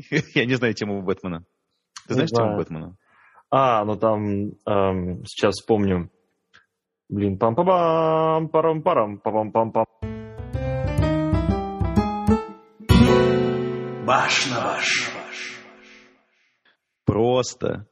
Я не знаю тему Бэтмена. Ты знаешь тему Бэтмена? Ну там, сейчас вспомню. Блин, пам-пам-пам, парам-парам, пам-пам-пам. Баш на баш. Просто.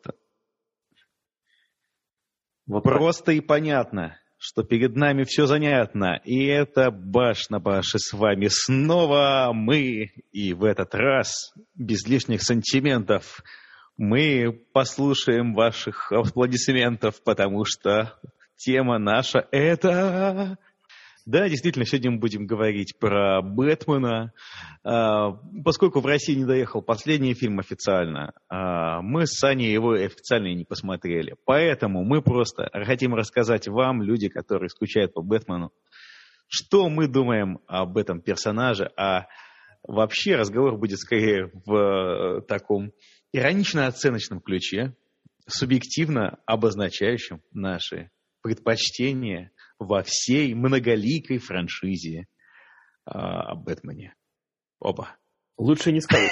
Вот просто и понятно, что перед нами все занятно. И это Баш на баш. И с вами снова мы. И в этот раз, без лишних сантиментов, мы послушаем ваших аплодисментов, потому что тема наша это... Да, действительно, сегодня мы будем говорить про Бэтмена. Поскольку в России не доехал последний фильм официально, мы с Саней его официально и не посмотрели. Поэтому мы просто хотим рассказать вам, люди, которые скучают по Бэтмену, что мы думаем об этом персонаже. А вообще разговор будет скорее в таком иронично-оценочном ключе, субъективно обозначающем наши предпочтения во всей многоликой франшизе о Бэтмене. Оба. Лучше не скажу.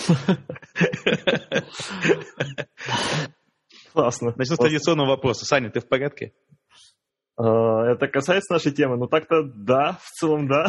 Классно. Начну с традиционного вопроса. Саня, ты в порядке? Это касается нашей темы? Ну так-то да, в целом да.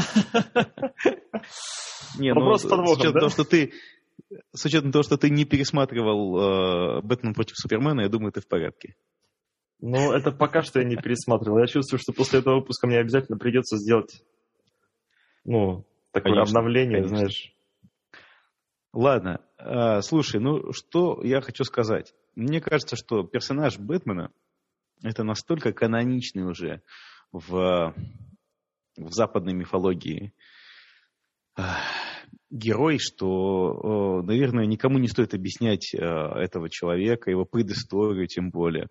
Не, вопрос с подвохом, да? С учетом того, что ты не пересматривал «Бэтмен против Супермена», я думаю, ты в порядке. Ну, это пока что я не пересматривал. Я чувствую, что после этого выпуска мне обязательно придется сделать, такое обновление, конечно. Знаешь. Ладно, слушай, что я хочу сказать. Мне кажется, что персонаж Бэтмена это настолько каноничный уже в западной мифологии герой, что, наверное, никому не стоит объяснять этого человека, его предысторию тем более.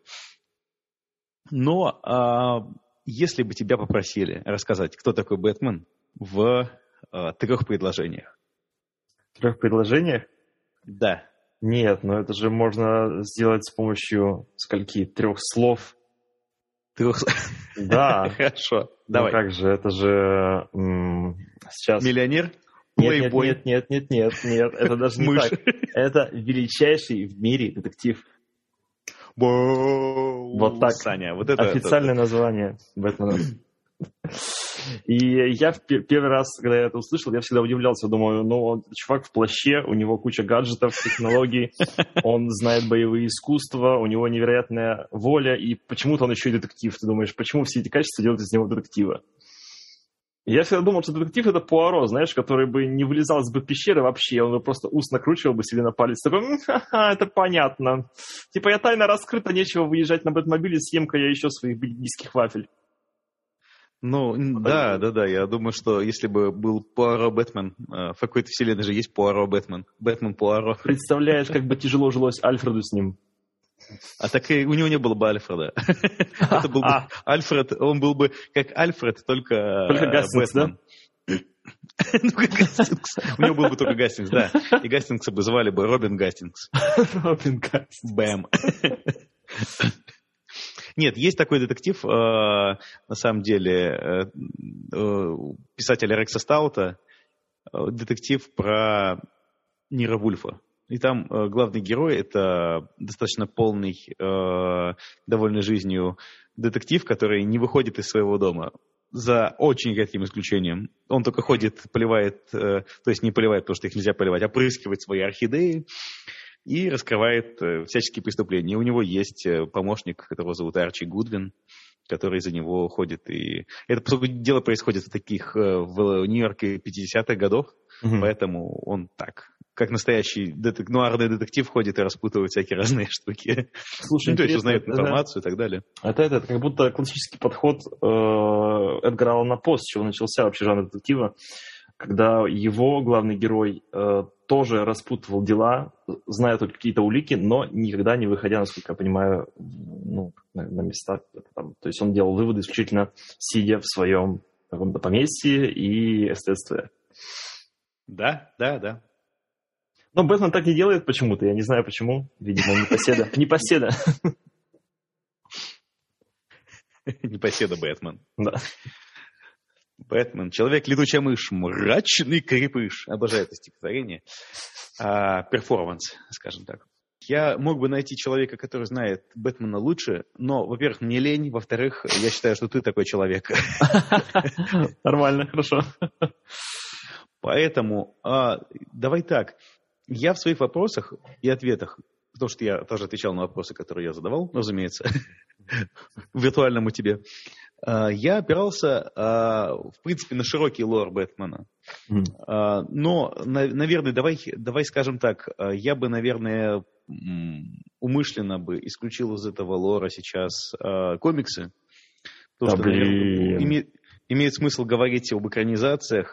Но если бы тебя попросили рассказать, кто такой Бэтмен, в 3 предложениях. 3 предложениях? Да. Нет, но это же можно сделать с помощью скольки? 3 слов. 3 Да. Хорошо, давай. Как же, это же сейчас... Миллионер? Нет, это даже не так. Это величайший в мире детектив. Вот так. Саня, вот это официальное название Бэтмена. И я первый раз, когда я это услышал, я всегда удивлялся. Думаю, чувак в плаще, у него куча гаджетов, технологий, он знает боевые искусства, у него невероятная воля, и почему-то он еще и детектив. Ты думаешь, почему все эти качества делают из него детектива? И я всегда думал, что детектив — это Пуаро, знаешь, который бы не вылезал из пещеры вообще, он бы просто ус накручивал бы себе на палец. Такой, это понятно. Типа, я тайна раскрыта, нечего выезжать на Бэтмобиле, съем-ка я еще своих бельгийских вафель. Да, я думаю, что если бы был Пуаро Бэтмен, в какой-то вселенной же есть Пуаро Бэтмен, Бэтмен Пуаро. Представляешь, как бы тяжело жилось Альфреду с ним. А так и у него не было бы Альфреда. Это был бы Альфред, он был бы как Альфред, только Гастингс, Бэтмен. У него был бы только Гастингс, да. И Гастингса бы звали бы Робин Гастингс. Робин Гастингс. Бэм. Нет, есть такой детектив, на самом деле, писателя Рекса Стаута, детектив про Ниро Вульфа. И там главный герой — это достаточно полный, довольный жизнью детектив, который не выходит из своего дома. За очень редким исключением. Он только ходит, поливает, то есть не поливает, потому что их нельзя поливать, опрыскивает свои орхидеи и раскрывает всяческие преступления. И у него есть помощник, которого зовут Арчи Гудвин, который за него ходит. И это, по сути дела, происходит в Нью-Йорке 50-х годов, поэтому он так... как настоящий нуарный детектив ходит и распутывает всякие разные штуки. Слушай, то есть узнает информацию и так далее. Это как будто классический подход Эдгара Аллана По, с чего начался вообще жанр детектива, когда его главный герой тоже распутывал дела, зная только какие-то улики, но никогда не выходя, насколько я понимаю, на места. То есть он делал выводы исключительно сидя в своем каком-то поместье и эстетстве. Да. Но Бэтмен так не делает почему-то, я не знаю почему. Видимо, непоседа. Непоседа Бэтмен. Да. Бэтмен, человек-летучая мышь, мрачный крепыш. Обожаю это стихотворение. Перформанс, скажем так. Я мог бы найти человека, который знает Бэтмена лучше, но, во-первых, мне лень, во-вторых, я считаю, что ты такой человек. Нормально, хорошо. Поэтому давай так. Я в своих вопросах и ответах, потому что я тоже отвечал на вопросы, которые я задавал, разумеется, виртуальному тебе, я опирался, в принципе, на широкий лор Бэтмена. Но, наверное, давай скажем так, я бы, наверное, умышленно бы исключил из этого лора сейчас комиксы. Потому что, наверное, имеет смысл говорить об экранизациях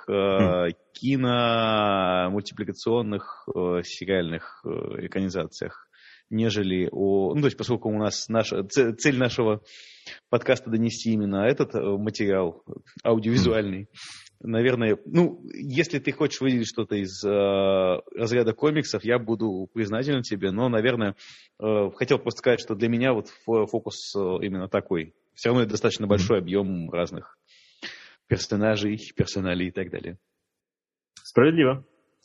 кино, мультипликационных, сериальных экранизациях, нежели о... Ну, то есть, поскольку у нас цель нашего подкаста донести именно этот материал аудиовизуальный, наверное, ну, если ты хочешь выделить что-то из разряда комиксов, я буду признателен тебе, но, наверное, хотел просто сказать, что для меня вот фокус именно такой. Все равно это достаточно большой объем разных персонажей, персоналей и так далее. Справедливо.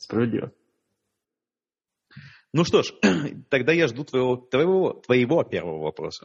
Ну что ж, тогда я жду твоего первого вопроса.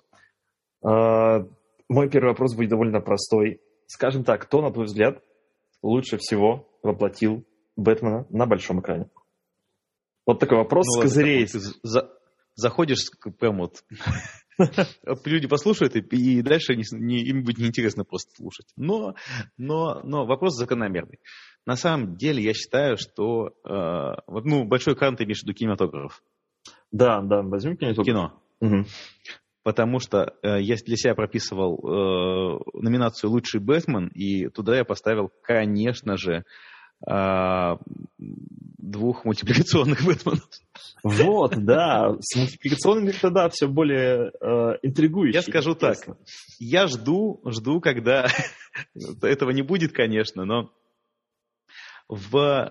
Мой первый вопрос будет довольно простой. Скажем так, кто, на твой взгляд, лучше всего воплотил Бэтмена на большом экране? Вот такой вопрос с козырей. Ты заходишь прям вот... Люди послушают, и дальше им будет неинтересно просто слушать. Но вопрос закономерный. На самом деле, я считаю, что большой экран ты имеешь в виду кинематограф. Да, возьмем кинематограф. Кино. Угу. Потому что я для себя прописывал номинацию «Лучший Бэтмен», и туда я поставил, конечно же, двух мультипликационных Бэтменов. Вот, да. С мультипликационными тогда все более интригующе. Я скажу так. Я жду, когда... Этого не будет, конечно, но в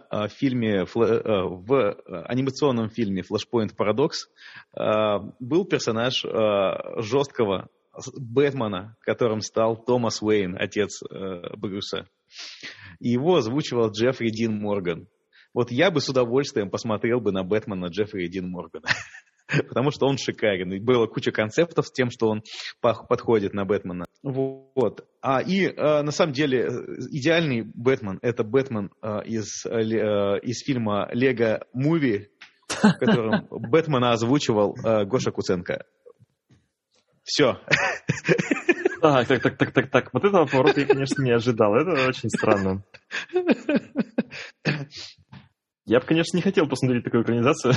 анимационном фильме «Flashpoint Paradox» был персонаж жесткого Бэтмена, которым стал Томас Уэйн, отец Брюса. И его озвучивал Джеффри Дин Морган. Вот я бы с удовольствием посмотрел бы на Бэтмена Джеффри Дин Моргана. Потому что он шикарен. И была куча концептов с тем, что он подходит на Бэтмена. Вот. На самом деле идеальный Бэтмен — это Бэтмен из фильма «Лего Муви», в котором Бэтмена озвучивал Гоша Куценко. Все. Так. Вот этого поворота я, конечно, не ожидал. Это очень странно. Я бы, конечно, не хотел посмотреть такую экранизацию.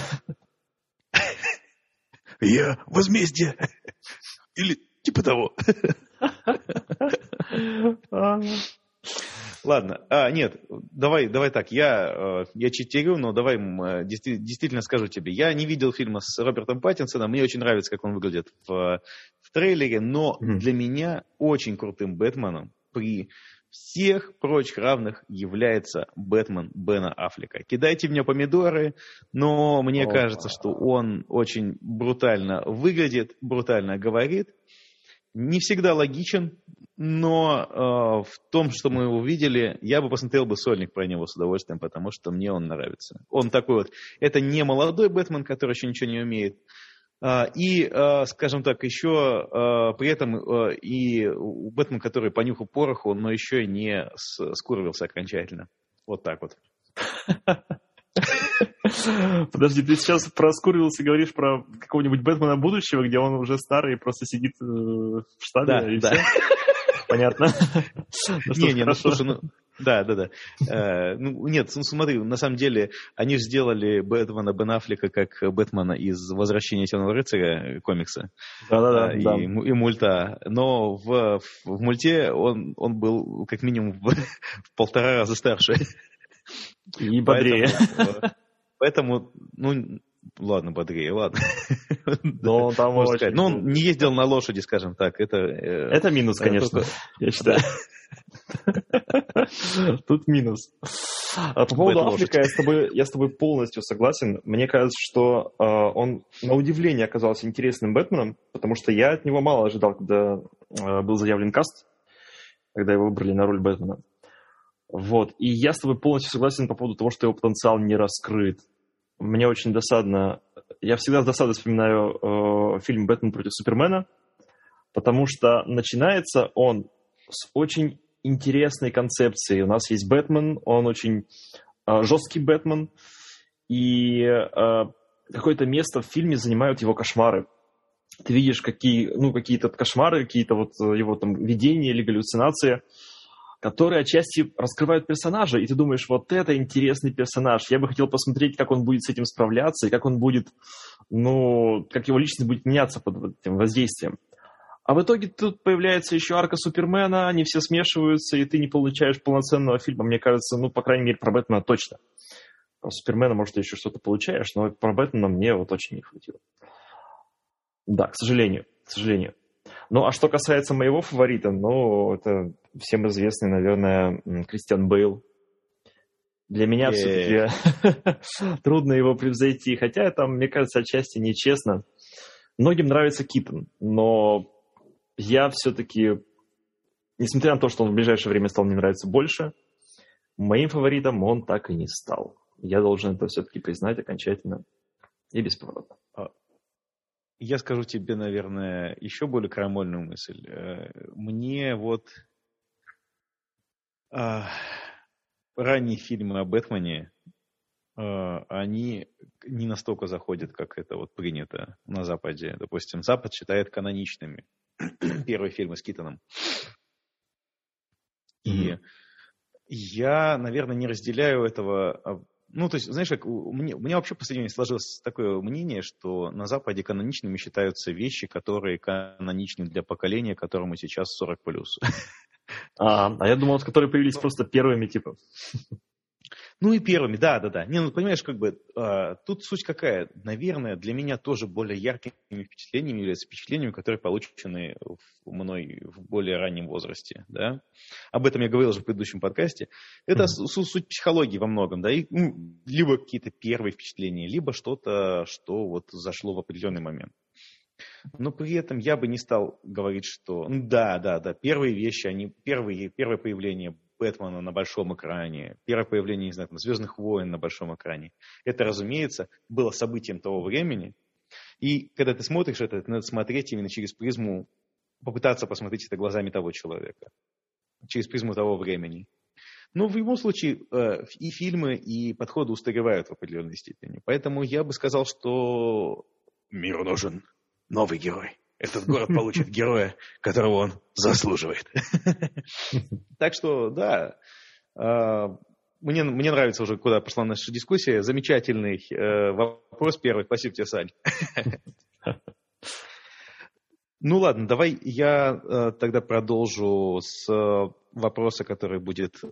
Я возмездие. Или типа того. Ладно. Нет, давай так. Я читерю, но давай действительно скажу тебе. Я не видел фильма с Робертом Паттинсоном. Мне очень нравится, как он выглядит в трейлере. Но для меня очень крутым Бэтменом при всех прочих равных является Бэтмен Бена Аффлека. Кидайте мне помидоры, но мне кажется, что он очень брутально выглядит, брутально говорит. Не всегда логичен, но в том, что мы его видели, я бы посмотрел бы сольник про него с удовольствием, потому что мне он нравится. Он такой вот, это не молодой Бэтмен, который еще ничего не умеет. И, скажем так, еще при этом и Бэтмен, который понюхал пороху, но еще и не скурвился окончательно. Вот так вот. Подожди, ты сейчас про скурвился говоришь про какого-нибудь Бэтмена будущего, где он уже старый и просто сидит в штабе, и все? Понятно. Слушай, да. Нет, смотри, на самом деле, они же сделали Бэтмена Бен Аффлека как Бэтмена из «Возвращения Темного рыцаря» комикса. Да. И мульта. Но в мульте он был как минимум в 1,5 раза старше. И бодрее. Поэтому, ладно, бодрее, ладно. Но там можно сказать. Но он не ездил на лошади, скажем так. Это минус, конечно, я считаю. Тут минус. По поводу Аффлека я с тобой полностью согласен. Мне кажется, что он на удивление оказался интересным Бэтменом, потому что я от него мало ожидал, когда был заявлен каст, когда его выбрали на роль Бэтмена. Вот. И я с тобой полностью согласен по поводу того, что его потенциал не раскрыт. Мне очень досадно. Я всегда с досадой вспоминаю фильм «Бэтмен против Супермена», потому что начинается он с очень интересной концепцией. У нас есть Бэтмен, он очень жесткий Бэтмен, и какое-то место в фильме занимают его кошмары. Ты видишь какие-то кошмары, какие-то вот его там видения или галлюцинации, которые отчасти раскрывают персонажа, и ты думаешь, вот это интересный персонаж. Я бы хотел посмотреть, как он будет с этим справляться, и как он будет, как его личность будет меняться под этим воздействием. А в итоге тут появляется еще арка Супермена, они все смешиваются, и ты не получаешь полноценного фильма. Мне кажется, по крайней мере, про Бэтмена точно. Про Супермена, может, ты еще что-то получаешь, но про Бэтмена мне вот очень не хватило. Да, к сожалению. Ну, а что касается моего фаворита, это всем известный, наверное, Кристиан Бейл. Для меня все-таки трудно его превзойти, хотя это, мне кажется, отчасти нечестно. Многим нравится Китон, но я все-таки, несмотря на то, что он в ближайшее время стал мне нравиться больше, моим фаворитом он так и не стал. Я должен это все-таки признать окончательно и бесповоротно. Я скажу тебе, наверное, еще более крамольную мысль. Мне ранние фильмы о Бэтмене, они не настолько заходят, как это принято на Западе. Допустим, Запад считает каноничными первые фильмы с Китоном. И я, наверное, не разделяю этого. То есть, знаешь, у меня вообще в последнее время сложилось такое мнение, что на Западе каноничными считаются вещи, которые каноничны для поколения, которому сейчас 40+. А я думал, которые появились просто первыми, типа. И первыми, да. Понимаешь, тут суть какая? Наверное, для меня тоже более яркими впечатлениями являются впечатлениями, которые получены мной в более раннем возрасте, да. Об этом я говорил уже в предыдущем подкасте. Это суть психологии во многом, да, и либо какие-то первые впечатления, либо что-то, что зашло в определенный момент. Но при этом я бы не стал говорить, что первые вещи, первое появление Бэтмена на большом экране, первое появление, не знаю, Звездных войн на большом экране. Это, разумеется, было событием того времени. И когда ты смотришь это надо смотреть именно через призму, попытаться посмотреть это глазами того человека, через призму того времени. Но в любом случае и фильмы, и подходы устаревают в определенной степени. Поэтому я бы сказал, что миру нужен новый герой. Этот город получит героя, которого он заслуживает. Так что, да, мне нравится уже, куда пошла наша дискуссия. Замечательный вопрос первый. Спасибо тебе, Сань. Ладно, давай я тогда продолжу с вопроса, который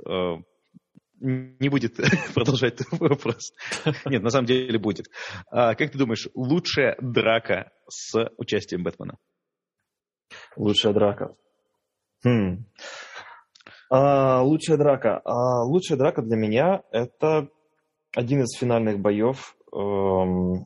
не будет продолжать твой вопрос. Нет, на самом деле будет. Как ты думаешь, лучшая драка с участием Бэтмена? Лучшая драка. Лучшая драка. Лучшая драка для меня — это один из финальных боев в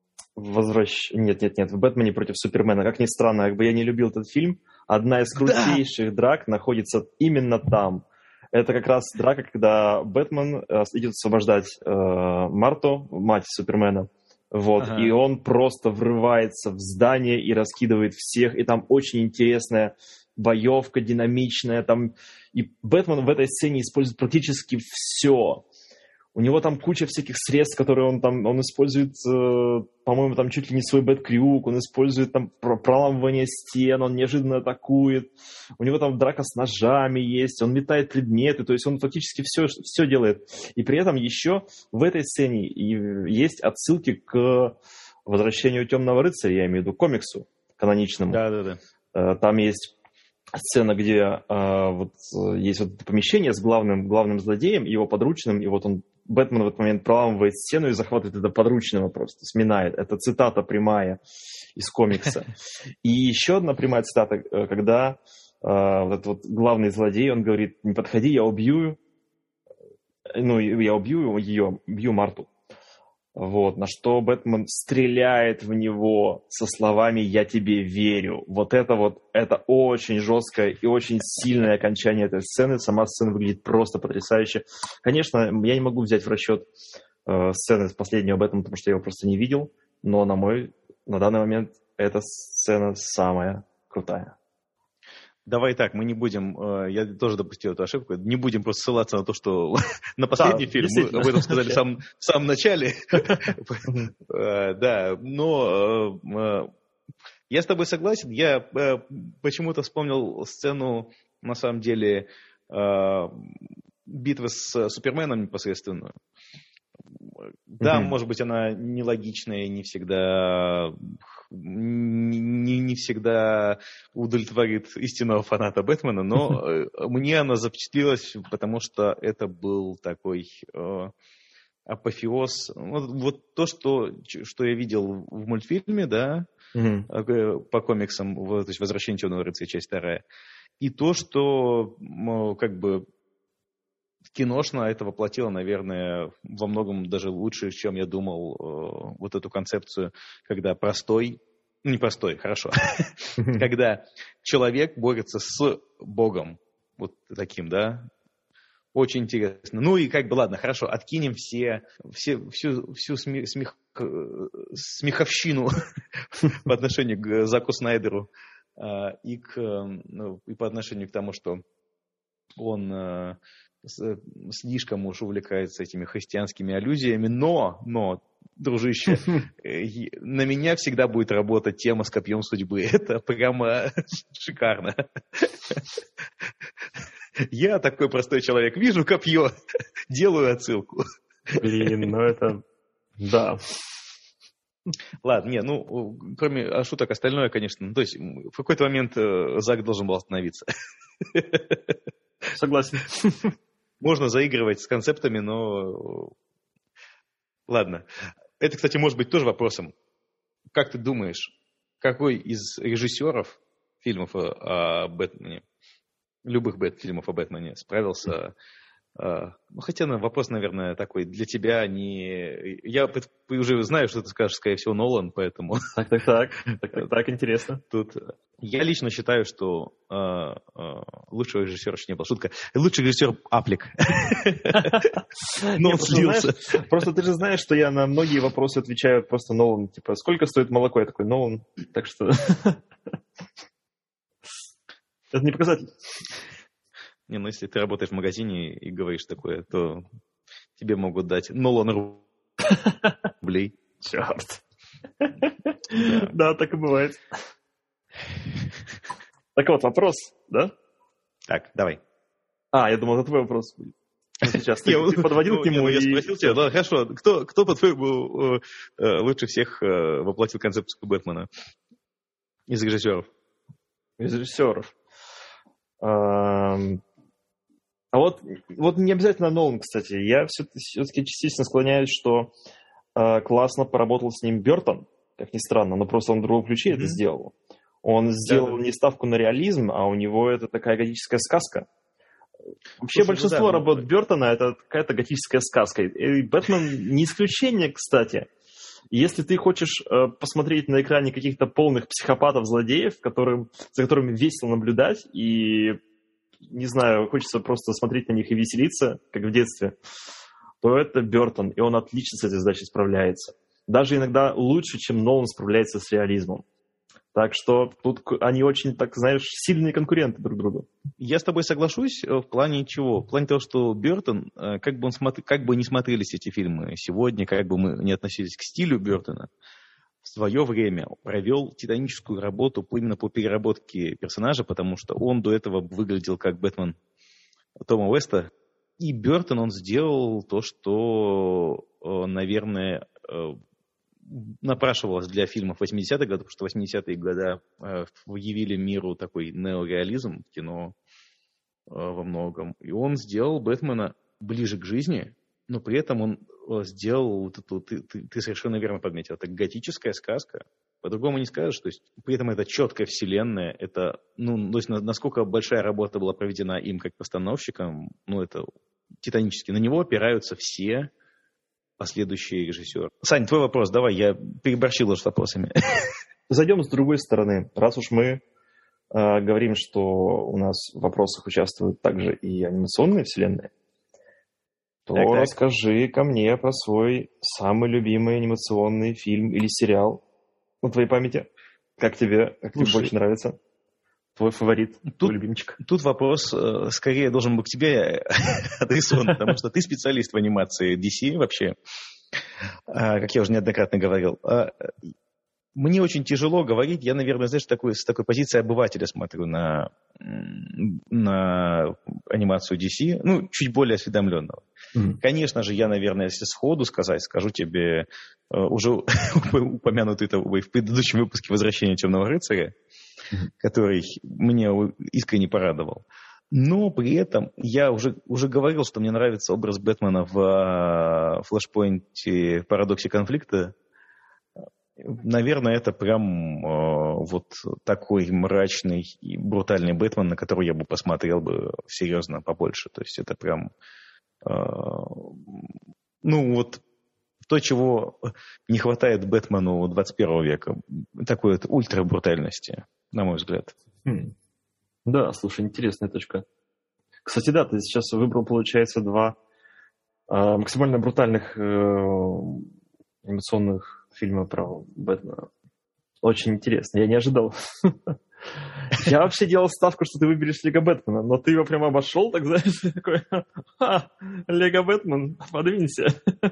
«Бэтмене против Супермена». Как ни странно, я не любил этот фильм, одна из крутейших драк находится именно там. Это как раз драка, когда Бэтмен идет освобождать Марту, мать Супермена. И он просто врывается в здание и раскидывает всех. И там очень интересная боевка, динамичная. И Бэтмен в этой сцене использует практически все. У него там куча всяких средств, которые он использует, по-моему, там чуть ли не свой бэткрюк, он использует там проламывание стен, он неожиданно атакует. У него там драка с ножами есть, он метает предметы, то есть он фактически все делает. И при этом еще в этой сцене есть отсылки к возвращению Темного рыцаря, я имею в виду комиксу каноничному. Да. Там есть сцена, где есть это помещение с главным злодеем, его подручным, и Бэтмен в этот момент проламывает стену и захватывает это подручного просто, сминает. Это цитата прямая из комикса. И еще одна прямая цитата, когда этот главный злодей, он говорит: не подходи, я убью ее, бью Марту. Вот, на что Бэтмен стреляет в него со словами «я тебе верю». Это очень жесткое и очень сильное окончание этой сцены. Сама сцена выглядит просто потрясающе. Конечно, я не могу взять в расчет сцены с последнего Бэтмена, потому что я его просто не видел, но на данный момент эта сцена самая крутая. Давай так, мы не будем, я тоже допустил эту ошибку, не будем просто ссылаться на то, что на последний фильм, мы об этом сказали в самом начале. Да, но я с тобой согласен, я почему-то вспомнил сцену, на самом деле, битвы с Суперменом непосредственно. Да, может быть, она нелогичная и не всегда удовлетворит истинного фаната Бэтмена, но мне она запечатлелась, потому что это был такой апофеоз. Вот то, что я видел в мультфильме, да, по комиксам, то есть «Возвращение темного рыцаря», часть 2, и то, что как бы киношно это воплотило, наверное, во многом даже лучше, чем я думал, вот эту концепцию, когда когда человек борется с Богом, вот таким, да, очень интересно. Ну и как бы, ладно, хорошо, откинем всю смеховщину по отношению к Заку Снайдеру и по отношению к тому, что он слишком уж увлекается этими христианскими аллюзиями, но, дружище, на меня всегда будет работать тема с копьем судьбы. Это прямо шикарно. Я такой простой человек, вижу копье, делаю отсылку. Блин, ну это... Да. Ладно, кроме шуток, остальное, конечно, то есть в какой-то момент Зак должен был остановиться. Согласен. Можно заигрывать с концептами, но... Ладно. Это, кстати, может быть тоже вопросом. Как ты думаешь, какой из режиссеров фильмов о Бэтмене, любых фильмов о Бэтмене, справился... хотя вопрос, наверное, такой для тебя я уже знаю, что ты скажешь, скорее всего, Нолан, поэтому... Так, интересно. Тут я лично считаю, что лучшего режиссера еще не было. Шутка. Лучший режиссер Аффлек. Но он слился. Просто ты же знаешь, что я на многие вопросы отвечаю просто Нолан. Типа, сколько стоит молоко? Я такой, Нолан. Так что... Это не показатель. Если ты работаешь в магазине и говоришь такое, то тебе могут дать Нолан рублей. Черт. Да, так и бывает. Так вот, вопрос, да? Так, давай. Я думал, это твой вопрос будет. Сейчас ты подводил к нему. Я спросил тебя, да, хорошо. Кто, по-твоему, лучше всех воплотил концепцию Бэтмена из режиссеров? Из режиссеров. Вот не обязательно Нолан, кстати. Я все-таки частично склоняюсь, что классно поработал с ним Бёртон, как ни странно, но просто он в другом ключе это сделал. Он сделал не ставку на реализм, а у него это такая готическая сказка. Вообще большинство работ Бёртона это какая-то готическая сказка. И Бэтмен не исключение, кстати. Если ты хочешь посмотреть на экране каких-то полных психопатов-злодеев, за которыми весело наблюдать и... не знаю, хочется просто смотреть на них и веселиться, как в детстве, то это Бёртон, и он отлично с этой задачей справляется. Даже иногда лучше, чем Нолан справляется с реализмом. Так что тут они очень, так знаешь, сильные конкуренты друг другу. Я с тобой соглашусь в плане чего? В плане того, что Бёртон, как бы ни смотрелись эти фильмы сегодня, как бы мы ни относились к стилю Бёртона, в свое время провел титаническую работу именно по переработке персонажа, потому что он до этого выглядел как Бэтмен Тома Уэста. И Бёртон, он сделал то, что, наверное, напрашивалось для фильмов 80-х годов, потому что 80-е годы явили миру такой неореализм в кино во многом. И он сделал Бэтмена ближе к жизни, но при этом он сделал вот эту, ты совершенно верно подметил, это готическая сказка. По-другому не скажешь. То есть, при этом это четкая вселенная. Это, то есть, насколько большая работа была проведена им как постановщиком, это титанически. На него опираются все последующий режиссер. Сань, твой вопрос, давай, я переборщил уже с вопросами. Зайдем с другой стороны. Раз уж мы говорим, что у нас в вопросах участвуют также и анимационные вселенные, то Так. расскажи-ка мне про свой самый любимый анимационный фильм или сериал на твоей памяти. Как тебе больше нравится? Твой фаворит, твой любимчик. Тут вопрос скорее должен быть к тебе адресован, потому что ты специалист в анимации DC вообще, как я уже неоднократно говорил. Мне очень тяжело говорить, я, наверное, знаешь, с такой позиции обывателя смотрю на анимацию DC, ну, чуть более осведомленного. Конечно же, я, наверное, если сходу скажу тебе уже упомянутый в предыдущем выпуске «Возвращение темного рыцаря», который меня искренне порадовал. Но при этом я уже говорил, что мне нравится образ Бэтмена в «Флэшпоинте. Парадоксе конфликта». Наверное, это прям вот такой мрачный и брутальный Бэтмен, на который я бы посмотрел бы серьезно побольше. То есть это прям, вот то, чего не хватает Бэтмену 21 века. Такой вот ультрабрутальности, на мой взгляд. Да, слушай, интересная точка. Кстати, да, ты сейчас выбрал, получается, два максимально брутальных анимационных фильма про Бэтмена. Очень интересно. Я не ожидал. Я вообще делал ставку, что ты выберешь Лего Бэтмена, но ты его прямо обошел, так знаешь, такой, Лего Бэтмен, подвинься.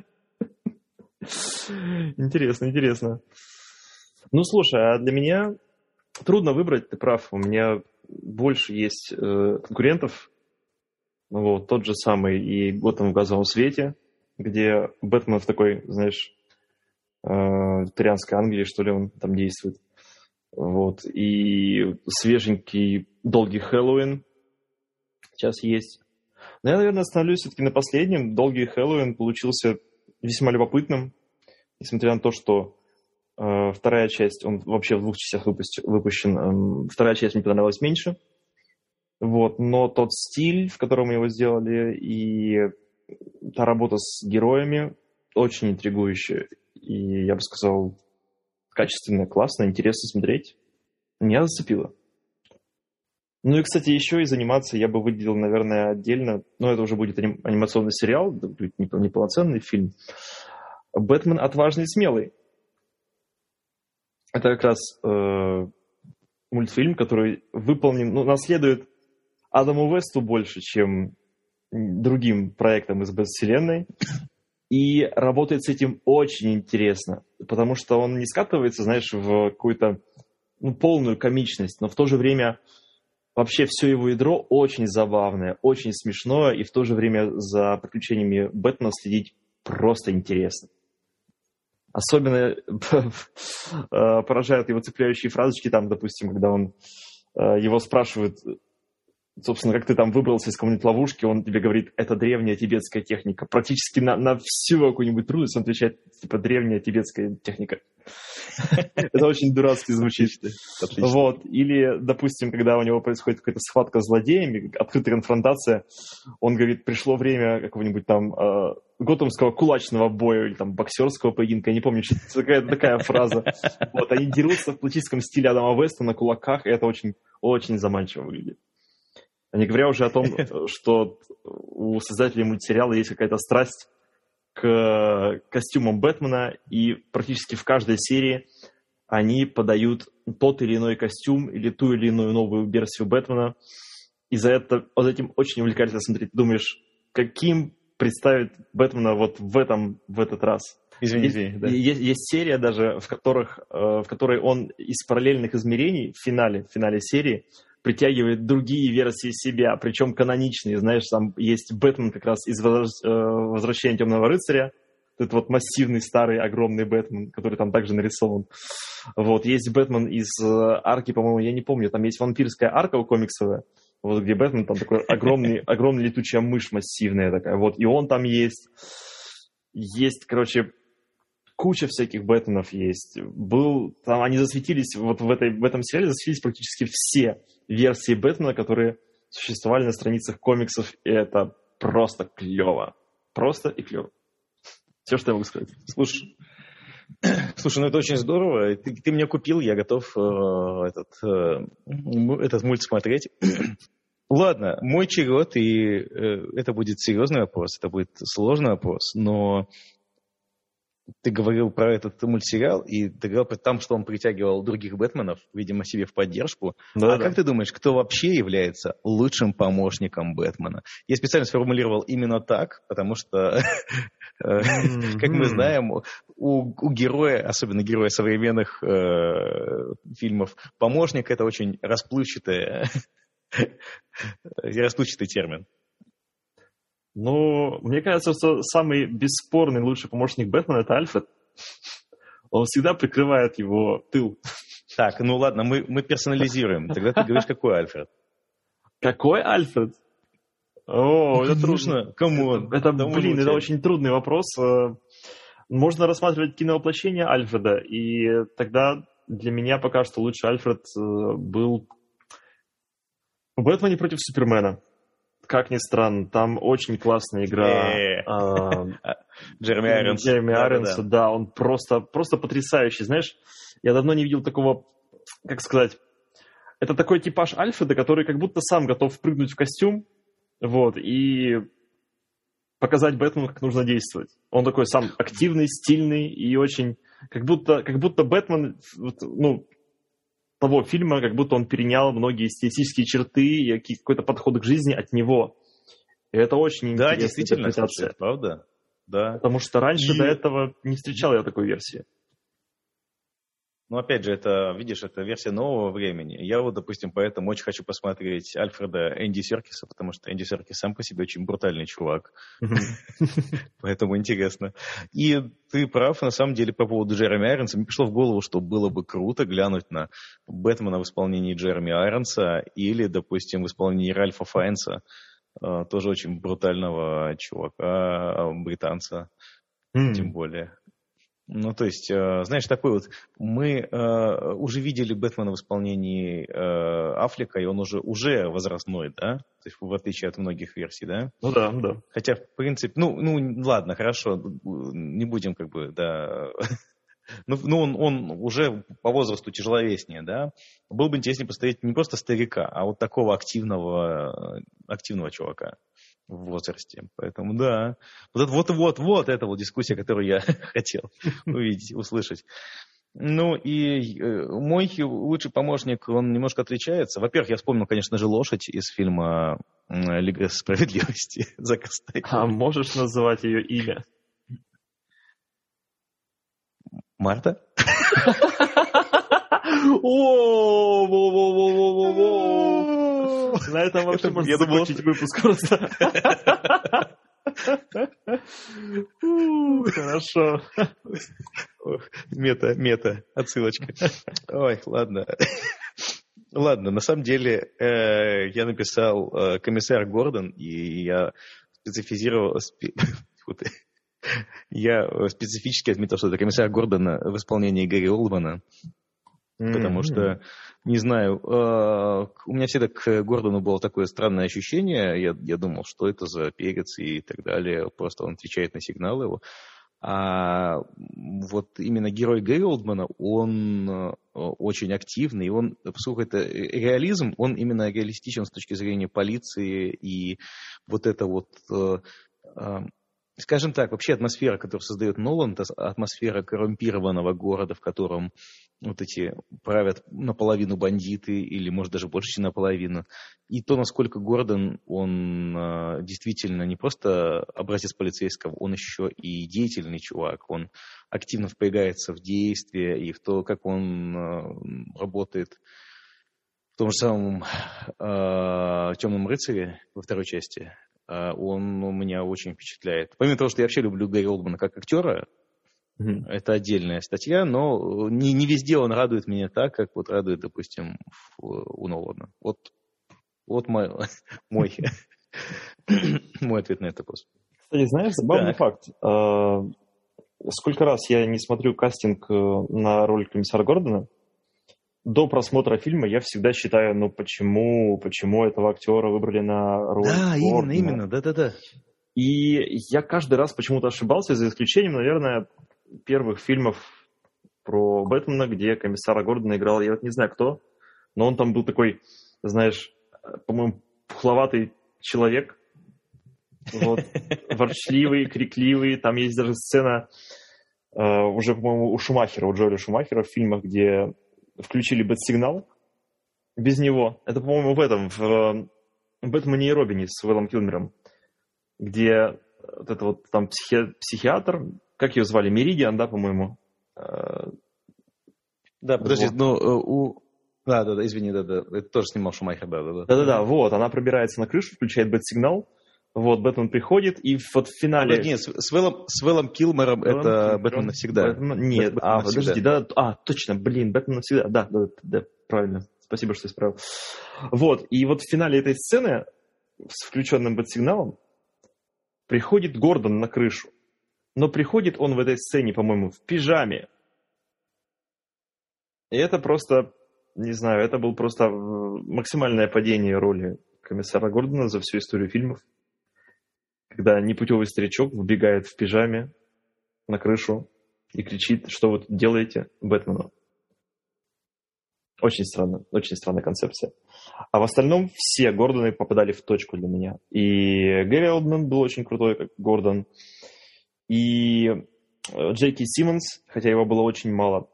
Интересно. Ну, слушай, а для меня трудно выбрать, ты прав. У меня больше есть конкурентов. Вот, тот же самый и «Готэм в газовом свете», где Бэтмен в такой, знаешь, викторианской Англии, что ли, он там действует. Вот. И свеженький «Долгий Хэллоуин» сейчас есть. Но я, наверное, остановлюсь все-таки на последнем. «Долгий Хэллоуин» получился весьма любопытным, несмотря на то, что вторая часть, он вообще в 2 частях выпущен, вторая часть мне понравилась меньше. Вот. Но тот стиль, в котором его сделали, и та работа с героями очень интригующая. И, я бы сказал, качественно, классно, интересно смотреть. Меня зацепило. Ну и, кстати, еще из анимации я бы выделил, наверное, отдельно, но это уже будет анимационный сериал, будет неполноценный фильм. «Бэтмен отважный и смелый». Это как раз мультфильм, который выполнен, наследует Адаму Уэсту больше, чем другим проектам из Бэтвселенной. И работает с этим очень интересно, потому что он не скатывается, знаешь, в какую-то полную комичность, но в то же время вообще все его ядро очень забавное, очень смешное, и в то же время за приключениями Бэтмена следить просто интересно. Особенно поражают его цепляющие фразочки, там, допустим, когда он его спрашивает, собственно, как ты там выбрался из какой-нибудь ловушки, он тебе говорит, это древняя тибетская техника. Практически на всю какую-нибудь трудность он отвечает, типа, древняя тибетская техника. Это очень дурацки звучит. Вот. Или, допустим, когда у него происходит какая-то схватка с злодеями, открытая конфронтация, он говорит, пришло время какого-нибудь там готэмского кулачного боя или там боксерского поединка, я не помню, что такая фраза. Вот. Они дерутся в классическом стиле Адама Веста на кулаках, и это очень, очень заманчиво выглядит. Не говоря уже о том, что у создателей мультсериала есть какая-то страсть к костюмам Бэтмена, и практически в каждой серии они подают тот или иной костюм или ту или иную новую версию Бэтмена. И за этим очень увлекательно смотреть. Думаешь, каким представить Бэтмена вот в этот раз? Извини, да. Есть серия даже, в которой он из параллельных измерений в финале серии притягивает другие версии себя, причем каноничные. Знаешь, там есть Бэтмен как раз из «Возвращения темного рыцаря». Это вот массивный, старый, огромный Бэтмен, который там также нарисован. Вот. Есть Бэтмен из арки, по-моему, я не помню, там есть вампирская арка комиксовая, вот где Бэтмен там такой огромный летучая мышь массивная такая. Вот. И он там есть. Есть, короче, куча всяких Бэтменов есть. Они засветились, вот в этом сериале засветились практически все версии Бэтмена, которые существовали на страницах комиксов, и это просто клево. Просто и клево. Все, что я могу сказать. Слушай, ну это очень здорово. Ты меня купил, я готов этот мульт смотреть. Ладно, мой черед, и это будет серьезный вопрос, это будет сложный вопрос, но ты говорил про этот мультсериал, и ты говорил про там, что он притягивал других Бэтменов, видимо, себе в поддержку. Да. Как ты думаешь, кто вообще является лучшим помощником Бэтмена? Я специально сформулировал именно так, потому что, как мы знаем, у героя, особенно героя современных фильмов, помощник — это очень расплывчатый термин. Ну, мне кажется, что самый бесспорный лучший помощник Бэтмена — это Альфред. Он всегда прикрывает его тыл. Так, ну ладно, мы персонализируем. Тогда ты говоришь, какой Альфред? Какой Альфред? О, это трудно. Камон. Это очень трудный вопрос. Можно рассматривать киновоплощение Альфреда, и тогда для меня пока что лучший Альфред был в «Бэтмене против Супермена». Как ни странно, там очень классная игра Джереми Айронса, да, он просто потрясающий, знаешь, я давно не видел такого, как сказать, это такой типаж Альфреда, который как будто сам готов прыгнуть в костюм, вот, и показать Бэтмену, как нужно действовать. Он такой сам активный, стильный и очень, как будто Бэтмен, ну, того фильма, как будто он перенял многие стилистические черты и какой-то подход к жизни от него. И это очень интересная действительно, интерпретация. слушай, правда? Да. Потому что раньше до этого не встречал я такой версии. Ну, опять же, это, видишь, это версия нового времени. Я вот, допустим, поэтому очень хочу посмотреть Альфреда Энди Серкиса, потому что Энди Серкис сам по себе очень брутальный чувак. Поэтому интересно. И ты прав, на самом деле, по поводу Джереми Айронса. Мне пришло в голову, что было бы круто глянуть на Бэтмена в исполнении Джереми Айронса или, допустим, в исполнении Ральфа Файнса, тоже очень брутального чувака, британца, тем более. Ну, то есть, знаешь, такой вот, мы уже видели Бэтмена в исполнении Аффлека, и он уже возрастной, да? То есть, в отличие от многих версий, да? Ну да. Хотя, в принципе, ну ладно, хорошо, не будем как бы, да... Ну, он уже по возрасту тяжеловеснее, да? Было бы интереснее посмотреть не просто старика, а вот такого активного чувака в возрасте. Поэтому, да. Вот это вот дискуссия, которую я хотел увидеть, услышать. Ну, и мой лучший помощник, он немножко отличается. Во-первых, я вспомнил, конечно же, лошадь из фильма «Лига справедливости» Зака Снайдера. А можешь называть ее имя? Марта? На этом вообще можно закончить выпуск просто. Хорошо. Мета, отсылочка. Ой, ладно. Ладно, на самом деле я написал комиссар Гордон, и я специфизировал... Я специфически отметил, что это комиссар Гордона в исполнении Гэри Олдмана, потому что, не знаю, у меня всегда к Гордону было такое странное ощущение, я думал, что это за перец и так далее, просто он отвечает на сигналы его. А вот именно герой Гэри Олдмана, он очень активный, он, поскольку это реализм, он именно реалистичен с точки зрения полиции, и вот это вот... Скажем так, вообще атмосфера, которую создает Нолан, это атмосфера коррумпированного города, в котором вот эти правят наполовину бандиты, или, может, даже больше, чем наполовину. И то, насколько Гордон, он действительно не просто образец полицейского, он еще и деятельный чувак. Он активно впрягается в действия и в то, как он работает в том же самом «Темном рыцаре» во второй части. Он меня очень впечатляет. Помимо того, что я вообще люблю Гэри Олдмана как актера, это отдельная статья, но не везде он радует меня так, как вот радует, допустим, у Нолана. Вот мой ответ на этот вопрос. Кстати, знаешь, забавный факт. Сколько раз я не смотрю кастинг на роль комиссара Гордона, до просмотра фильма я всегда считаю, почему этого актера выбрали на роль Гордона. Именно, да. И я каждый раз почему-то ошибался, за исключением, наверное, первых фильмов про Бэтмена, где комиссара Гордона играл, я вот не знаю кто, но он там был такой, знаешь, по-моему, пухловатый человек, вот, ворчливый, крикливый. Там есть даже сцена уже, по-моему, у Шумахера, у Джоэля Шумахера в фильмах, где включили Бэт-сигнал без него. Это, по-моему, в «Бэтмене и Робине» с Вэлом Килмером, где вот это вот там психиатр, как ее звали, Меридиан, да, по-моему? Да, подожди, Да, извини, это тоже снимал Шумахер, да. Да, вот, она пробирается на крышу, включает бэт-сигнал, вот, Бэтмен приходит, и вот в финале... Нет, с Вэлом Килмером это «Бэтмен навсегда». Нет, подожди, точно, «Бэтмен навсегда», да, правильно, спасибо, что исправил. Вот, и вот в финале этой сцены с включенным бэт-сигналом приходит Гордон на крышу, но приходит он в этой сцене, по-моему, в пижаме. И это просто... Не знаю, это было просто максимальное падение роли комиссара Гордона за всю историю фильмов, когда непутевый старичок выбегает в пижаме на крышу и кричит, что вы тут делаете Бэтмену. Очень странная концепция. А в остальном все Гордоны попадали в точку для меня. И Гэри Олдман был очень крутой, как Гордон. И Джейки Симмонс, хотя его было очень мало,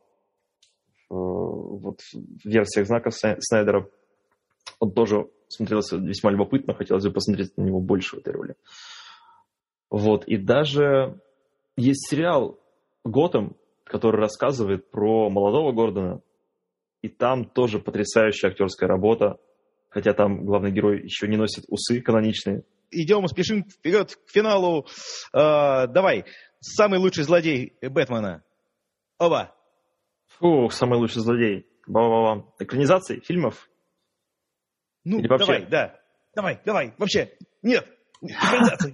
вот в версиях знаков Снайдера, он тоже смотрелся весьма любопытно, хотелось бы посмотреть на него больше в этой роли. Вот, и даже есть сериал «Готэм», который рассказывает про молодого Гордона, и там тоже потрясающая актерская работа, хотя там главный герой еще не носит усы каноничные. Идем, спешим вперед к финалу. Давай, самый лучший злодей Бэтмена. Оба. Фух, самый лучший злодей. Ба-ба-ба. Экранизации фильмов? Ну, или вообще? Давай. Вообще, нет. Экранизации.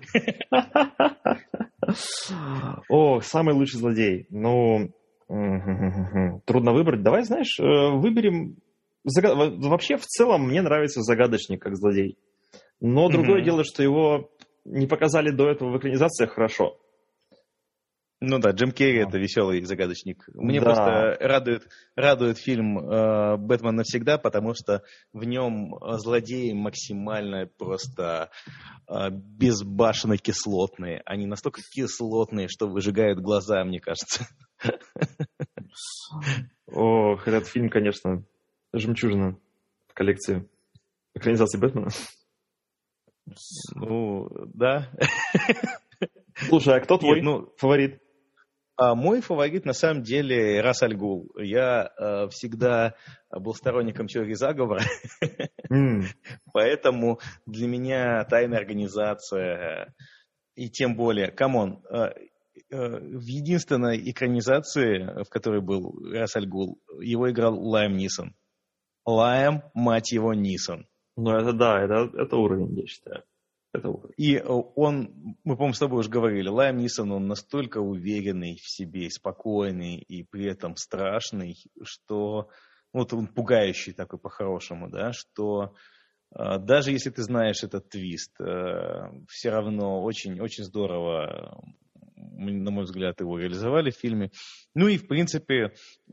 О, самый лучший злодей. Ну, трудно выбрать. Давай, знаешь, выберем... Вообще, в целом, мне нравится Загадочник как злодей. Но другое дело, что его не показали до этого в экранизациях хорошо. Ну да, Джим Керри это веселый загадочник. Мне просто радует фильм «Бэтмен навсегда», потому что в нем злодеи максимально просто безбашенно кислотные. Они настолько кислотные, что выжигают глаза, мне кажется. Ох, этот фильм, конечно, жемчужина в коллекции экранизации Бэтмена. Ну, да. Слушай, а кто твой фаворит? Мой фаворит, на самом деле, Рас Аль Гул. Я всегда был сторонником теории заговора, поэтому для меня «Тайная организация» и тем более, камон, в единственной экранизации, в которой был Рас Аль Гул, его играл Лайам Нисон. Лайам, мать его, Нисон. Ну, это да, это уровень, я считаю. И мы, по-моему, с тобой уже говорили, Лайам Нисон, он настолько уверенный в себе, спокойный и при этом страшный, что вот он пугающий такой по-хорошему, да, что даже если ты знаешь этот твист, все равно очень, очень здорово, на мой взгляд, его реализовали в фильме. Ну и, в принципе,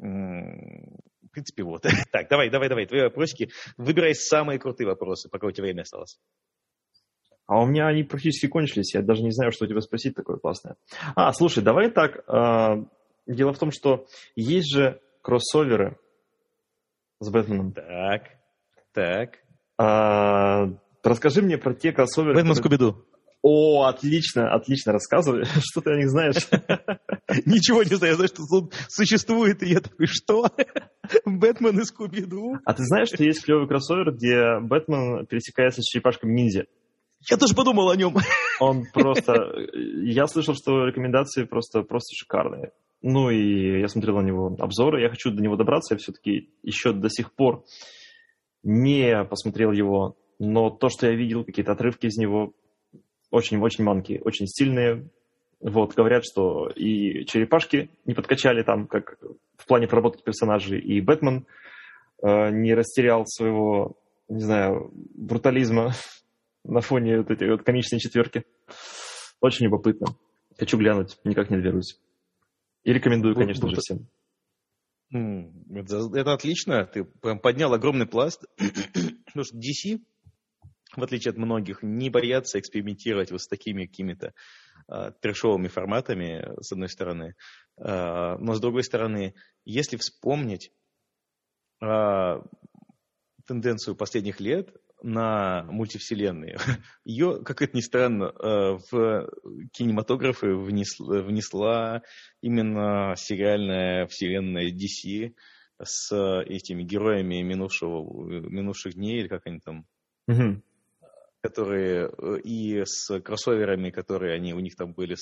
вот. Так, давай, твои вопросики. Выбирай самые крутые вопросы, пока у тебя время осталось. А у меня они практически кончились. Я даже не знаю, что у тебя спросить такое классное. Слушай, давай так. Дело в том, что есть же кроссоверы с Бэтменом. Так. Расскажи мне про те кроссоверы. Бэтмен Скуби-Ду. О, отлично рассказывай. Что ты о них знаешь? Ничего не знаю. Я знаю, что он существует, и я такой, что? Бэтмен и Скуби-Ду? А ты знаешь, что есть клевый кроссовер, где Бэтмен пересекается с черепашками-ниндзя? Я тоже подумал о нем. Он просто... Я слышал, что рекомендации просто шикарные. Ну и я смотрел на него обзоры, я хочу до него добраться. Я все-таки еще до сих пор не посмотрел его. Но то, что я видел, какие-то отрывки из него, очень-очень манки, очень стильные. Вот, говорят, что и черепашки не подкачали там, как в плане проработки персонажей, и Бэтмен не растерял своего, не знаю, брутализма на фоне вот этой вот комичной четверки. Очень любопытно. Хочу глянуть, никак не доберусь. И рекомендую, конечно же, всем. Это отлично, ты прям поднял огромный пласт. Потому что DC, в отличие от многих, не боятся экспериментировать вот с такими какими-то трэшовыми форматами, с одной стороны. Но с другой стороны, если вспомнить тенденцию последних лет на мультивселенные, ее, как это ни странно, в кинематографы внесла именно сериальная вселенная DC с этими героями минувших дней, или как они там, которые и с кроссоверами, которые у них там были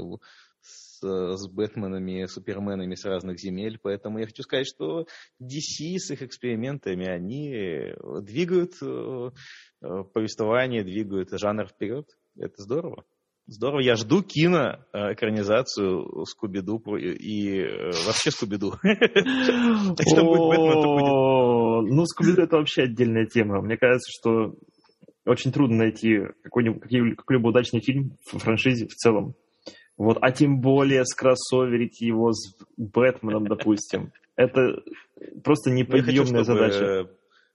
с Бэтменами, Суперменами с разных земель. Поэтому я хочу сказать, что DC с их экспериментами, они двигают повествование, двигают жанр вперед. Это здорово. Здорово. Я жду киноэкранизацию Скуби-Ду и вообще Скуби-Ду. Что будет Бэтмен, то будет. Ну, Скуби-Ду — это вообще отдельная тема. Мне кажется, что очень трудно найти какой-либо удачный фильм в франшизе в целом. Вот, а тем более скроссоверить его с Бэтменом, допустим. Это просто неподъемная задача.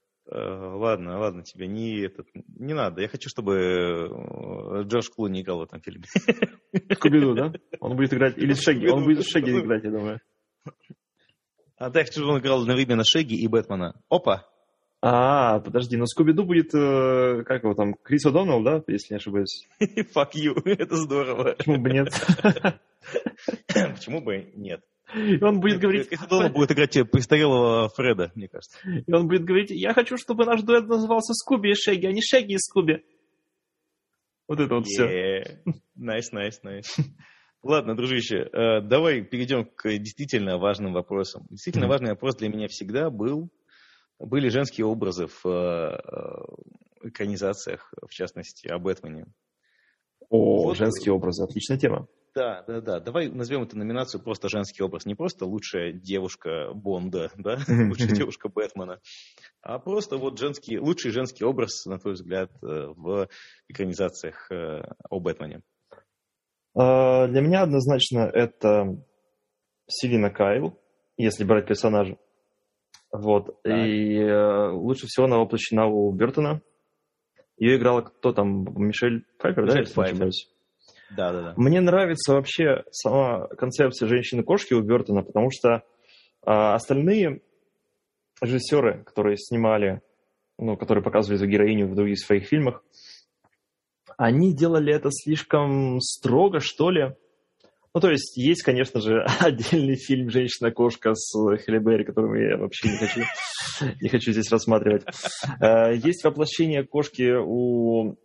Ладно, тебе не надо. Я хочу, чтобы Джордж Клуни играл в этом фильме. Скуби-Ду, да? Он будет играть, или Шегги? Он будет Шегги играть, я думаю. А да, я хочу, чтобы он играл одновременно Шегги и Бэтмена. Опа! Подожди, но Скуби-Ду будет, как его там, Крис О'Доннелл, да, если не ошибаюсь? Fuck you, это здорово. Почему бы нет? Почему бы нет? И он будет говорить... Крис О'Доннелл будет играть престарелого Фреда, мне кажется. И он будет говорить, я хочу, чтобы наш дуэт назывался Скуби и Шегги, а не Шегги и Скуби. Вот это вот все. Nice. Ладно, дружище, давай перейдем к действительно важным вопросам. Действительно важный вопрос для меня всегда были женские образы в экранизациях, в частности, о Бэтмене. Женские образы, отличная тема. Да. Давай назовем эту номинацию просто женский образ. Не просто лучшая девушка Бонда, да, лучшая девушка Бэтмена, а просто вот лучший женский образ, на твой взгляд, в экранизациях о Бэтмене. Для меня однозначно это Селина Кайл, если брать персонажа. Вот. Да. И лучше всего она воплощена у Бёртона. Ее играла кто там? Мишель Пфайффер, да? Пфайффер. Да. Мне нравится вообще сама концепция женщины-кошки у Бёртона, потому что остальные режиссеры, которые снимали, которые показывали эту героиню в других своих фильмах, они делали это слишком строго, что ли. То есть, есть, конечно же, отдельный фильм «Женщина-кошка» с Хэлли Берри, который я вообще не хочу здесь рассматривать. Есть воплощение кошки у...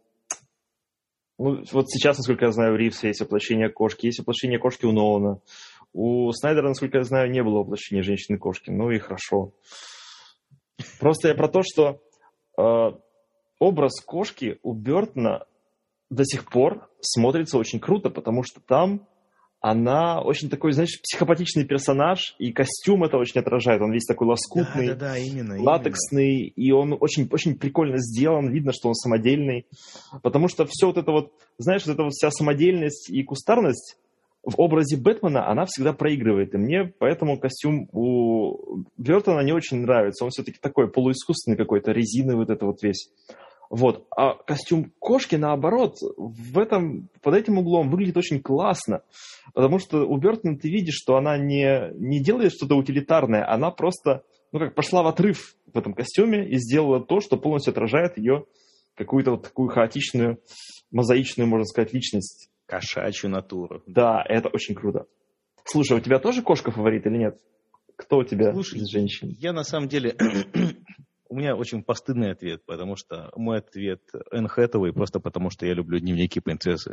вот сейчас, насколько я знаю, у Ривза есть воплощение кошки. Есть воплощение кошки у Нолана. У Снайдера, насколько я знаю, не было воплощения женщины-кошки. Ну и хорошо. Просто я про то, что образ кошки у Бёртона до сих пор смотрится очень круто, потому что там она очень такой, знаешь, психопатичный персонаж, и костюм это очень отражает. Он весь такой лоскутный, именно, латексный, и он очень, очень прикольно сделан. Видно, что он самодельный. Потому что все вот это вот, знаешь, вот эта вот вся самодельность и кустарность в образе Бэтмена, она всегда проигрывает. И мне поэтому костюм у Бёртона не очень нравится. Он все-таки такой полуискусственный какой-то, резиновый вот это вот весь. Вот. А костюм кошки, наоборот, под этим углом выглядит очень классно. Потому что у Бёртона ты видишь, что она не делает что-то утилитарное, она просто, пошла в отрыв в этом костюме и сделала то, что полностью отражает ее какую-то вот такую хаотичную, мозаичную, можно сказать, личность. Кошачью натуру. Да, это очень круто. Слушай, у тебя тоже кошка фаворит или нет? Кто у тебя из женщин? Я на самом деле... У меня очень постыдный ответ, потому что мой ответ Энн Хэтэуэй, просто потому что я люблю дневники принцессы.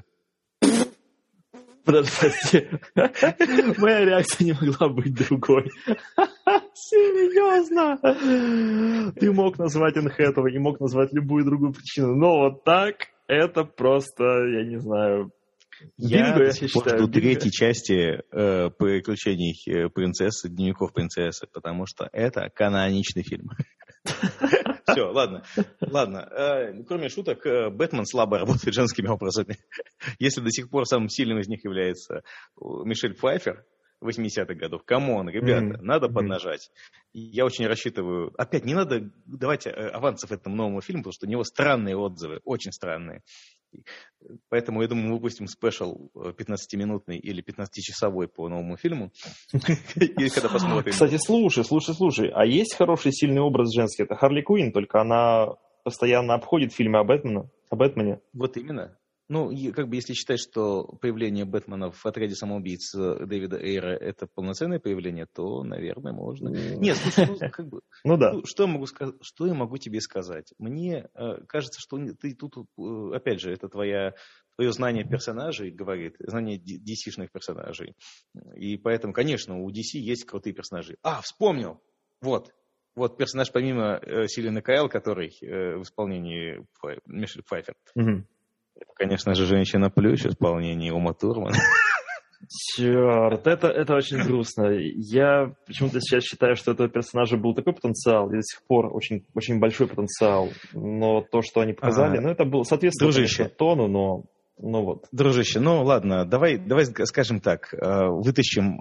Подожди. Моя реакция не могла быть другой. Серьезно? Ты мог назвать Энн Хэтэуэй и мог назвать любую другую причину, но вот так это просто, я не знаю... Я жду третьей части приключений принцессы, дневников принцессы, потому что это каноничный фильм. Все, ладно. Кроме шуток, Бэтмен слабо работает женскими образами. Если до сих пор самым сильным из них является Мишель Пфайффер 80-х годов, камон, ребята, надо поднажать. И я очень рассчитываю... Опять, не надо давать авансов этому новому фильму, потому что у него странные отзывы, очень странные. Поэтому, я думаю, мы выпустим спешл 15-минутный или 15-часовой по новому фильму. И когда посмотрим... Кстати, слушай. А есть хороший, сильный образ женский? Это Харли Квинн, только она постоянно обходит фильмы о Бэтмене. Вот именно. Ну, как бы если считать, что появление Бэтмена в отряде самоубийц Дэвида Эйра это полноценное появление, то, наверное, можно. Нет, слушай, как бы... Ну да. Что я могу тебе сказать? Мне кажется, что ты тут, опять же, это твое знание персонажей говорит, знание DC-шных персонажей. И поэтому, конечно, у DC есть крутые персонажи. Вспомнил! Вот персонаж помимо Селены Кайл, который в исполнении Мишель Пфайффер. Это, конечно же, женщина-плющ в исполнении Ума Турман. Черт, это очень грустно. Я почему-то сейчас считаю, что у этого персонажа был такой потенциал, и до сих пор очень, очень большой потенциал. Но то, что они показали, это было соответственно, конечно, тону, но вот. Дружище, ладно, давай скажем так, вытащим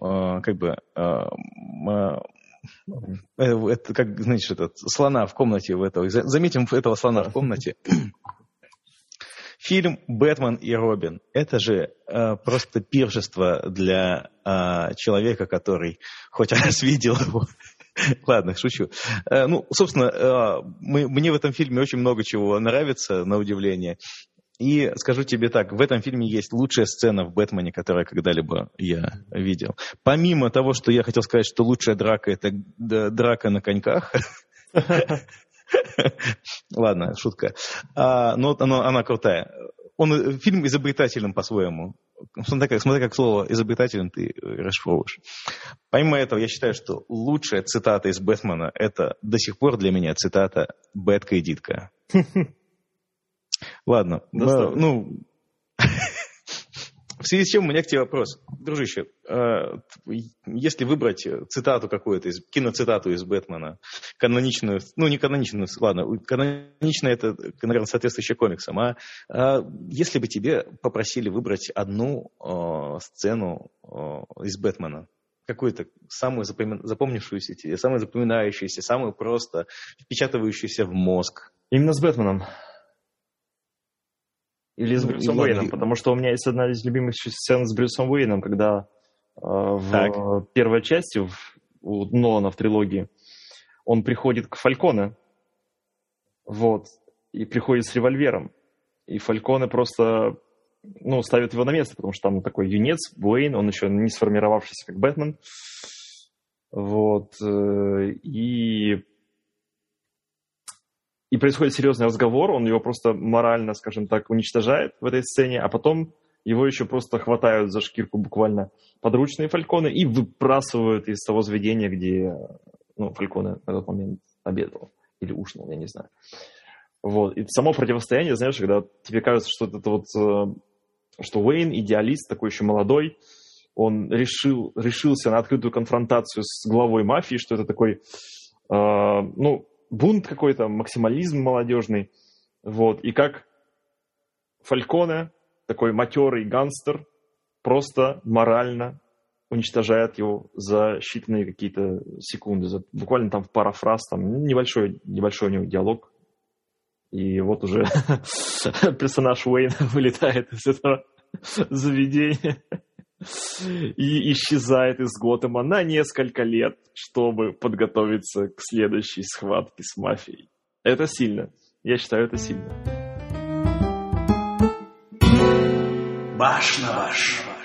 это, как, знаешь, слона в комнате заметим этого слона в комнате. Фильм «Бэтмен и Робин» — это же просто пиршество для человека, который хоть раз видел его. Ладно, шучу. Собственно, мне в этом фильме очень много чего нравится, на удивление. И скажу тебе так, в этом фильме есть лучшая сцена в «Бэтмене», которую когда-либо я видел. Помимо того, что я хотел сказать, что лучшая драка — это драка на коньках. Ладно, шутка. Но она крутая. Фильм изобретателен по-своему. Смотри, как слово изобретателен ты расшифровываешь. Помимо этого, я считаю, что лучшая цитата из «Бэтмена» — это до сих пор для меня цитата «Бэтка и Дитка». Ладно. В связи с чем у меня к тебе вопрос. Дружище, если выбрать цитату какую-то, киноцитату из «Бэтмена», каноничную, не каноничную, ладно, каноничная это, наверное, соответствующая комиксам, если бы тебе попросили выбрать одну сцену из «Бэтмена», какую-то самую запомнившуюся тебе, самую запоминающуюся, самую просто впечатывающуюся в мозг? Именно с «Бэтменом». Или с Брюсом Уэйном, потому что у меня есть одна из любимых сцен с Брюсом Уэйном, когда в первой части у Нолана в трилогии он приходит к Фальконе, и приходит с револьвером. И Фальконе просто, ставит его на место, потому что там такой юнец, Уэйн, он еще не сформировавшийся как Бэтмен. И происходит серьезный разговор, он его просто морально, скажем так, уничтожает в этой сцене, а потом его еще просто хватают за шкирку буквально подручные Фальконе и выбрасывают из того заведения, где Фальконе на тот момент обедал или ушнул, я не знаю. И само противостояние, знаешь, когда тебе кажется, что что Уэйн, идеалист, такой еще молодой, он решился на открытую конфронтацию с главой мафии, что это такой, бунт какой-то, максимализм молодежный. И как Фальконе, такой матерый гангстер, просто морально уничтожает его за считанные какие-то секунды. Буквально там в пара фраз, там небольшой у него диалог. И вот уже персонаж Уэйна вылетает из этого заведения и исчезает из Готэма на несколько лет, чтобы подготовиться к следующей схватке с мафией. Это сильно. Я считаю, это сильно. Баш на баш.